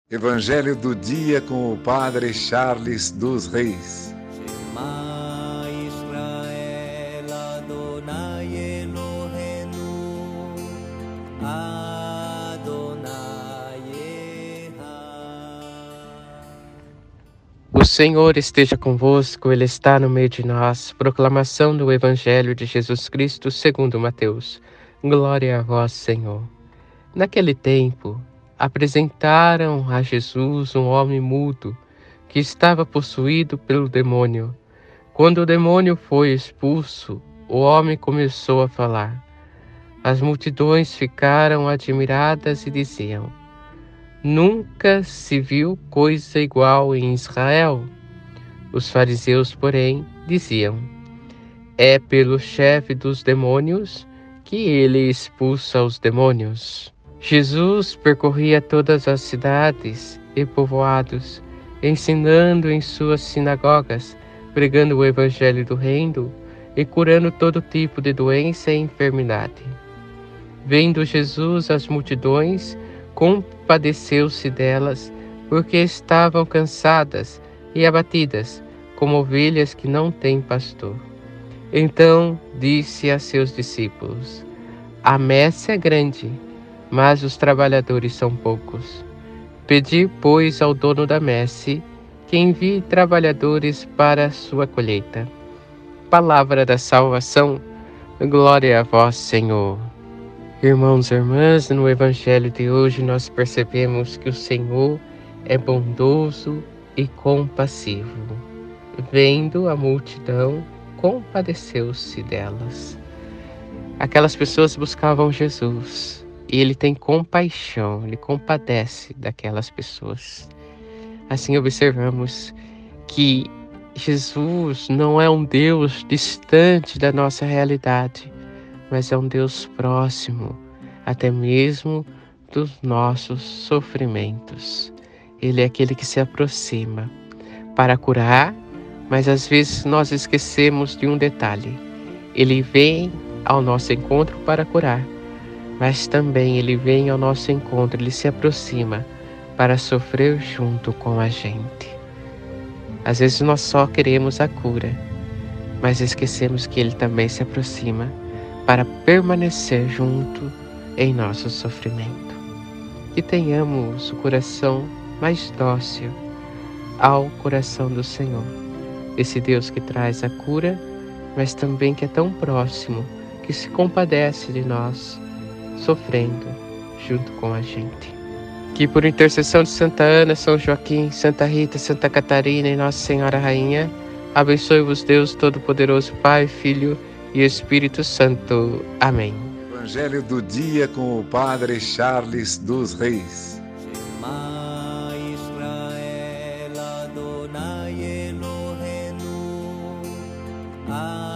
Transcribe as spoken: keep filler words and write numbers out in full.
Evangelho do dia com o Padre Charles dos Reis. Shema Israel Adonai Eloheinu Adonai Echad. O Senhor esteja convosco, Ele está no meio de nós. Proclamação do Evangelho de Jesus Cristo segundo Mateus. Glória a vós, Senhor. Naquele tempo, apresentaram a Jesus um homem mudo, que estava possuído pelo demônio. Quando o demônio foi expulso, o homem começou a falar. As multidões ficaram admiradas e diziam: Nunca se viu coisa igual em Israel. Os fariseus, porém, diziam: É pelo chefe dos demônios que ele expulsa os demônios. Jesus percorria todas as cidades e povoados, ensinando em suas sinagogas, pregando o evangelho do reino e curando todo tipo de doença e enfermidade. Vendo Jesus as multidões, compadeceu-se delas, porque estavam cansadas e abatidas, como ovelhas que não têm pastor. Então disse a seus discípulos: A messe é grande, mas os trabalhadores são poucos. Pedi, pois, ao dono da messe que envie trabalhadores para a sua colheita. Palavra da salvação, glória a vós, Senhor. Irmãos e irmãs, no Evangelho de hoje nós percebemos que o Senhor é bondoso e compassivo. Vendo a multidão, compadeceu-se delas. Aquelas pessoas buscavam Jesus e Ele tem compaixão, Ele compadece daquelas pessoas. Assim observamos que Jesus não é um Deus distante da nossa realidade, mas é um Deus próximo, até mesmo dos nossos sofrimentos. Ele é aquele que se aproxima para curar, mas às vezes nós esquecemos de um detalhe. Ele vem ao nosso encontro para curar, mas também Ele vem ao nosso encontro, Ele se aproxima para sofrer junto com a gente. Às vezes nós só queremos a cura, mas esquecemos que Ele também se aproxima para permanecer junto em nosso sofrimento. Que tenhamos o coração mais dócil ao coração do Senhor. Esse Deus que traz a cura, mas também que é tão próximo, que se compadece de nós, sofrendo junto com a gente. Que por intercessão de Santa Ana, São Joaquim, Santa Rita, Santa Catarina e Nossa Senhora Rainha, abençoe-vos Deus Todo-Poderoso, Pai, Filho e Espírito Santo. Amém. Evangelho do dia com o Padre Charles dos Reis. Shema Israel Adonai Eloheinu Adonai